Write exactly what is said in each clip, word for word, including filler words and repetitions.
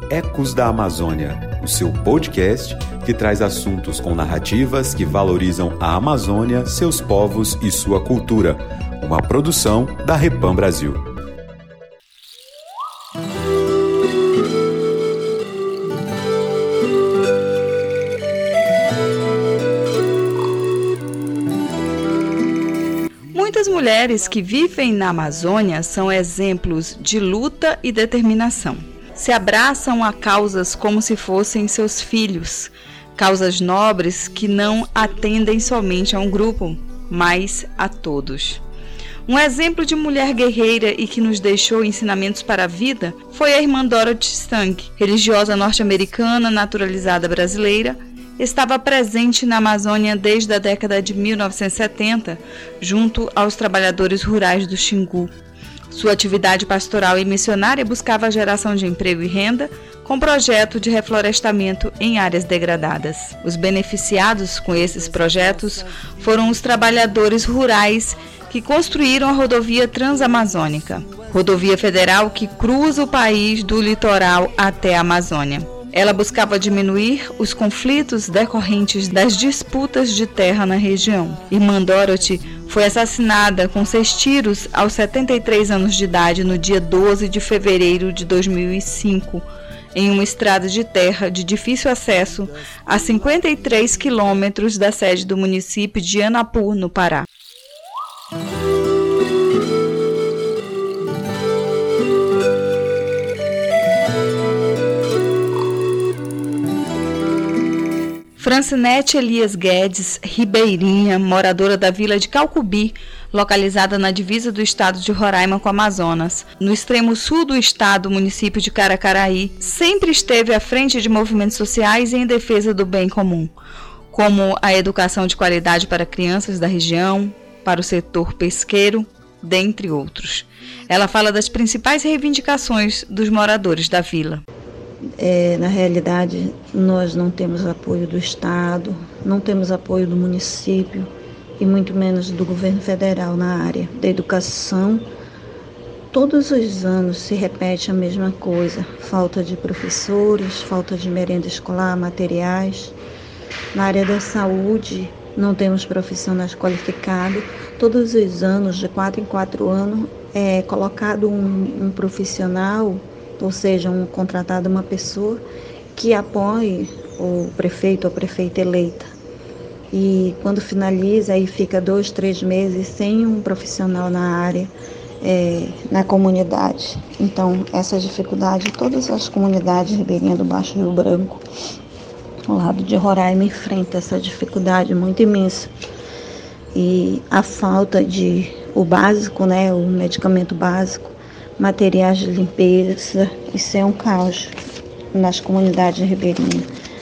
Ecos da Amazônia, o seu podcast que traz assuntos com narrativas que valorizam a Amazônia, seus povos e sua cultura. Uma produção da Repam Brasil. Muitas mulheres que vivem na Amazônia são exemplos de luta e determinação. Se abraçam a causas como se fossem seus filhos, causas nobres que não atendem somente a um grupo, mas a todos. Um exemplo de mulher guerreira e que nos deixou ensinamentos para a vida foi a irmã Dorothy Stang, religiosa norte-americana naturalizada brasileira. Estava presente na Amazônia desde a década de mil novecentos e setenta, junto aos trabalhadores rurais do Xingu. Sua atividade pastoral e missionária buscava a geração de emprego e renda, com projeto de reflorestamento em áreas degradadas. Os beneficiados com esses projetos foram os trabalhadores rurais que construíram a rodovia Transamazônica, rodovia federal que cruza o país do litoral até a Amazônia. Ela buscava diminuir os conflitos decorrentes das disputas de terra na região. Irmã Dorothy foi assassinada com seis tiros aos setenta e três anos de idade no dia doze de fevereiro de dois mil e cinco, em uma estrada de terra de difícil acesso a cinquenta e três quilômetros da sede do município de Anapu, no Pará. Francinete Elias Guedes Ribeirinha, moradora da vila de Calcubi, localizada na divisa do estado de Roraima com o Amazonas, no extremo sul do estado, o município de Caracaraí, sempre esteve à frente de movimentos sociais em defesa do bem comum, como a educação de qualidade para crianças da região, para o setor pesqueiro, dentre outros. Ela fala das principais reivindicações dos moradores da vila. É, na realidade, nós não temos apoio do Estado, não temos apoio do município e muito menos do governo federal na área da educação. Todos os anos se repete a mesma coisa, falta de professores, falta de merenda escolar, materiais. Na área da saúde, não temos profissionais qualificados. Todos os anos, de quatro em quatro anos, é colocado um, um profissional, ou seja, um contratado, uma pessoa que apoie o prefeito ou a prefeita eleita. E quando finaliza, aí fica dois, três meses sem um profissional na área, é, na comunidade. Então, essa dificuldade, todas as comunidades ribeirinhas do Baixo Rio Branco, ao lado de Roraima, enfrenta essa dificuldade muito imensa. E a falta de o básico, né, o medicamento básico, materiais de limpeza, isso é um caos nas comunidades ribeirinhas.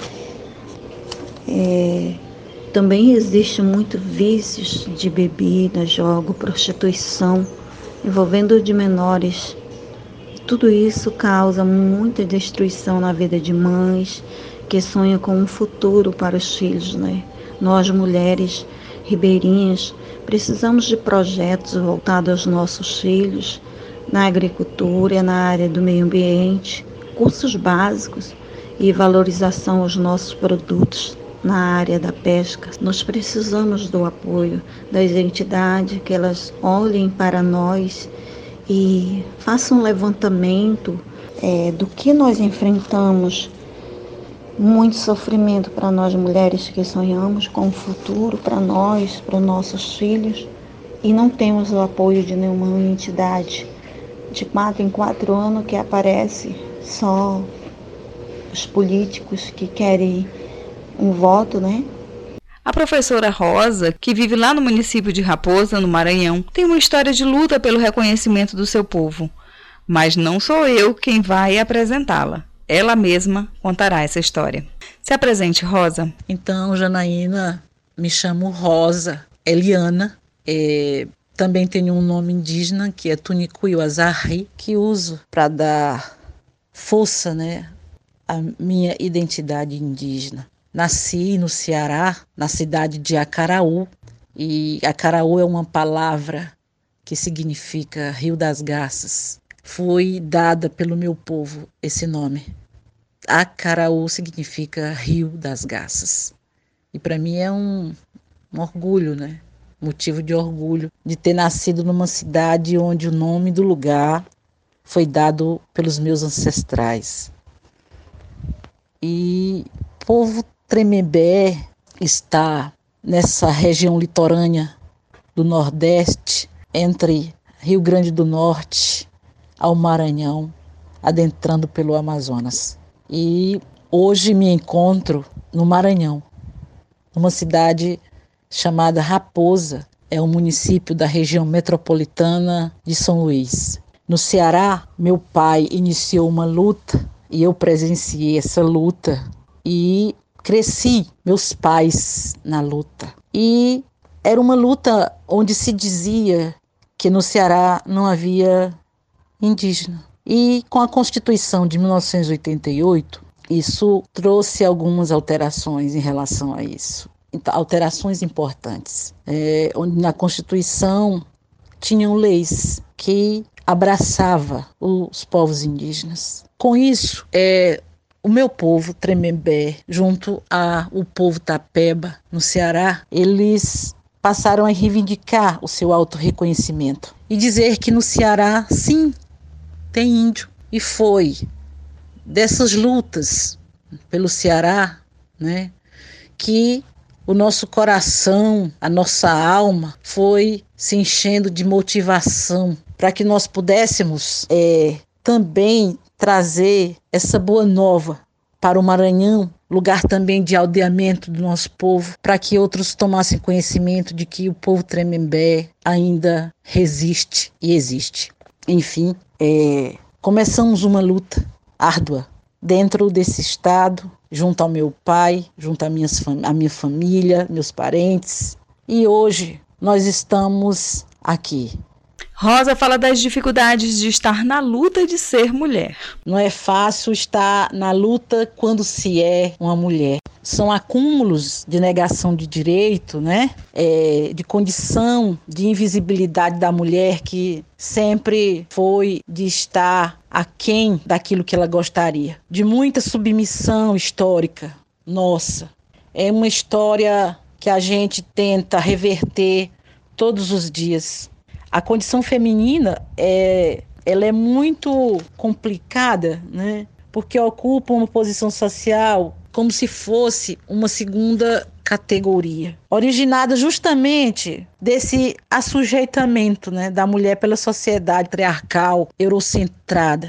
É, também existe muito vícios de bebida, jogo, prostituição, envolvendo de menores. Tudo isso causa muita destruição na vida de mães que sonham com um futuro para os filhos, né? Nós, mulheres ribeirinhas, precisamos de projetos voltados aos nossos filhos, na agricultura, na área do meio ambiente, cursos básicos e valorização aos nossos produtos na área da pesca. Nós precisamos do apoio das entidades, que elas olhem para nós e façam um levantamento é, do que nós enfrentamos. Muito sofrimento para nós mulheres que sonhamos com o futuro para nós, para nossos filhos, e não temos o apoio de nenhuma entidade. De quatro em quatro anos que aparece só os políticos que querem um voto, né? A professora Rosa, que vive lá no município de Raposa, no Maranhão, tem uma história de luta pelo reconhecimento do seu povo. Mas não sou eu quem vai apresentá-la. Ela mesma contará essa história. Se apresente, Rosa. Então, Janaína, me chamo Rosa Eliana. É... Também tenho um nome indígena, que é Tunicuio Azarri, que uso para dar força, né, à minha identidade indígena. Nasci no Ceará, na cidade de Acaraú, e Acaraú é uma palavra que significa Rio das Garças. Foi dada pelo meu povo esse nome. Acaraú significa Rio das Garças. E para mim é um, um orgulho, né? Motivo de orgulho de ter nascido numa cidade onde o nome do lugar foi dado pelos meus ancestrais. E o povo Tremembé está nessa região litorânea do Nordeste, entre Rio Grande do Norte ao Maranhão, adentrando pelo Amazonas. E hoje me encontro no Maranhão, numa cidade chamada Raposa, é um município da região metropolitana de São Luís. No Ceará, meu pai iniciou uma luta e eu presenciei essa luta e cresci meus pais na luta. E era uma luta onde se dizia que no Ceará não havia indígena. E com a Constituição de mil novecentos e oitenta e oito, isso trouxe algumas alterações em relação a isso. Alterações importantes. É, onde na Constituição tinham leis que abraçavam os povos indígenas. Com isso, é, o meu povo, Tremembé, junto ao povo Tapeba, no Ceará, eles passaram a reivindicar o seu autorreconhecimento e dizer que no Ceará, sim, tem índio. E foi dessas lutas pelo Ceará, né, que o nosso coração, a nossa alma foi se enchendo de motivação para que nós pudéssemos é, também trazer essa boa nova para o Maranhão, lugar também de aldeamento do nosso povo, para que outros tomassem conhecimento de que o povo Tremembé ainda resiste e existe. Enfim, é, começamos uma luta árdua dentro desse estado, junto ao meu pai, junto à minha, à minha família, meus parentes. E hoje nós estamos aqui. Rosa fala das dificuldades de estar na luta de ser mulher. Não é fácil estar na luta quando se é uma mulher. São acúmulos de negação de direito, né? É, de condição de invisibilidade da mulher que sempre foi de estar aquém daquilo que ela gostaria. De muita submissão histórica nossa. É uma história que a gente tenta reverter todos os dias. A condição feminina é, ela é muito complicada, né? Porque ocupa uma posição social como se fosse uma segunda categoria, originada justamente desse assujeitamento, né, da mulher pela sociedade patriarcal, eurocentrada.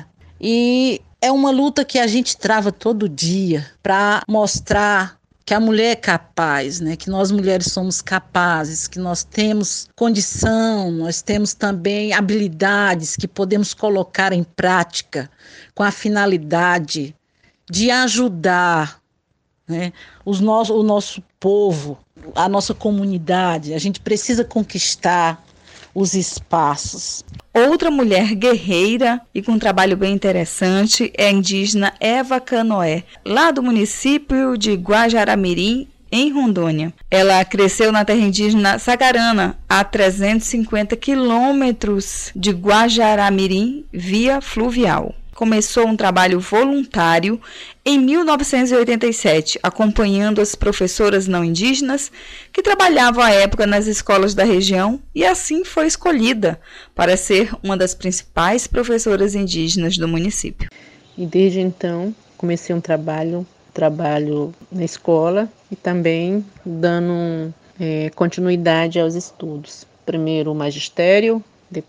E é uma luta que a gente trava todo dia para mostrar que a mulher é capaz, né? Que nós mulheres somos capazes, que nós temos condição, nós temos também habilidades que podemos colocar em prática com a finalidade de ajudar, né, os no- o nosso povo, a nossa comunidade. A gente precisa conquistar os espaços. Outra mulher guerreira e com um trabalho bem interessante é a indígena Eva Canoé, lá do município de Guajará-Mirim, em Rondônia. Ela cresceu na terra indígena Sagarana, a trezentos e cinquenta quilômetros de Guajará-Mirim, via fluvial. Começou um trabalho voluntário em mil novecentos e oitenta e sete, acompanhando as professoras não indígenas que trabalhavam à época nas escolas da região e assim foi escolhida para ser uma das principais professoras indígenas do município. E desde então comecei um trabalho, trabalho na escola e também dando é, continuidade aos estudos. Primeiro o magistério,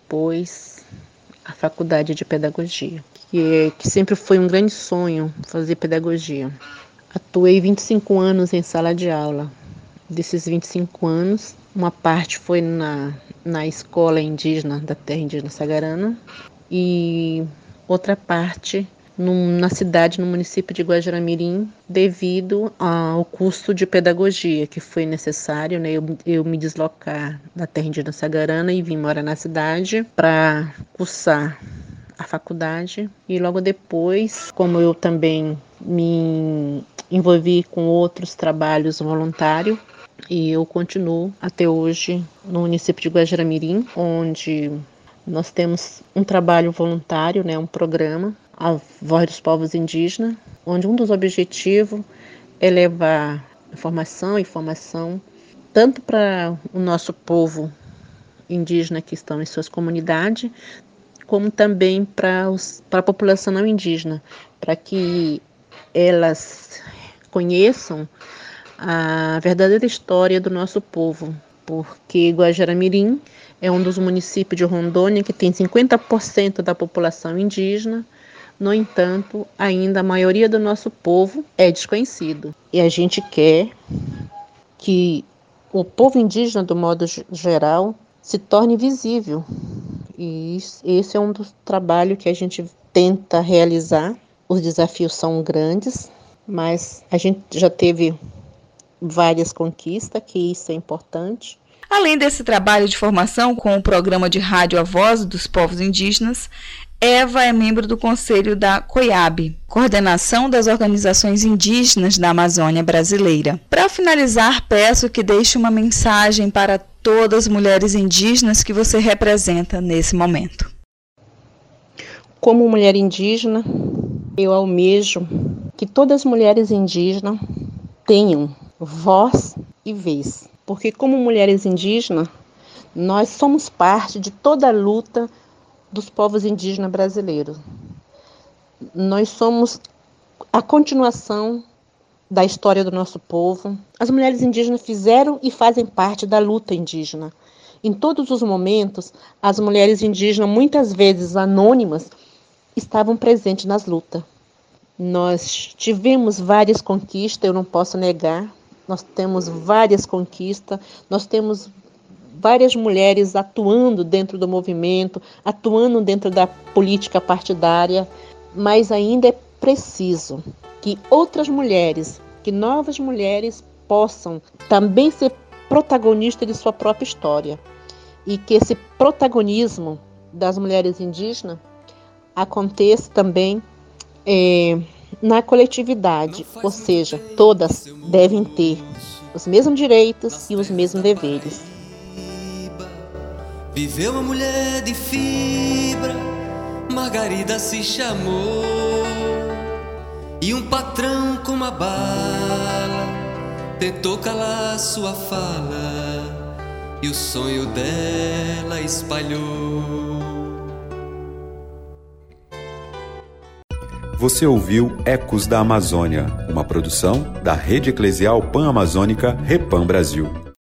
depois a faculdade de pedagogia. Que, que sempre foi um grande sonho fazer pedagogia. Atuei vinte e cinco anos em sala de aula. Desses vinte e cinco anos, uma parte foi na, na escola indígena da terra indígena Sagarana e outra parte num, na cidade, no município de Guajará-Mirim, devido ao custo de pedagogia que foi necessário, né, eu, eu me deslocar da terra indígena Sagarana e vim morar na cidade para cursar a faculdade. E logo depois, como eu também me envolvi com outros trabalhos voluntários, e eu continuo até hoje no município de Guajará-Mirim, onde nós temos um trabalho voluntário, né, um programa, a Voz dos Povos Indígenas, onde um dos objetivos é levar informação, informação, tanto para o nosso povo indígena que estão em suas comunidades, como também para, os, para a população não indígena, para que elas conheçam a verdadeira história do nosso povo, porque Guajará-Mirim é um dos municípios de Rondônia que tem cinquenta por cento da população indígena. No entanto, ainda a maioria do nosso povo é desconhecido. E a gente quer que o povo indígena, do modo geral, se torne visível. E esse é um dos trabalhos que a gente tenta realizar. Os desafios são grandes, mas a gente já teve várias conquistas, que isso é importante. Além desse trabalho de formação com o programa de rádio A Voz dos Povos Indígenas, Eva é membro do Conselho da COIAB, Coordenação das Organizações Indígenas da Amazônia Brasileira. Para finalizar, peço que deixe uma mensagem para todas as mulheres indígenas que você representa nesse momento. Como mulher indígena, eu almejo que todas as mulheres indígenas tenham voz e vez. Porque como mulheres indígenas, nós somos parte de toda a luta dos povos indígenas brasileiros. Nós somos a continuação da história do nosso povo. As mulheres indígenas fizeram e fazem parte da luta indígena. Em todos os momentos, as mulheres indígenas, muitas vezes anônimas, estavam presentes nas lutas. Nós tivemos várias conquistas, eu não posso negar. Nós temos várias conquistas, nós temos várias mulheres atuando dentro do movimento, atuando dentro da política partidária, mas ainda é preciso que outras mulheres, que novas mulheres possam também ser protagonistas de sua própria história e que esse protagonismo das mulheres indígenas aconteça também é, na coletividade, ou seja, todas devem ter os mesmos direitos e os mesmos deveres. Viveu uma mulher de fibra, Margarida se chamou, e um patrão com uma bala tentou calar sua fala, e o sonho dela espalhou. Você ouviu Ecos da Amazônia, uma produção da Rede Eclesial Pan-Amazônica Repam Brasil.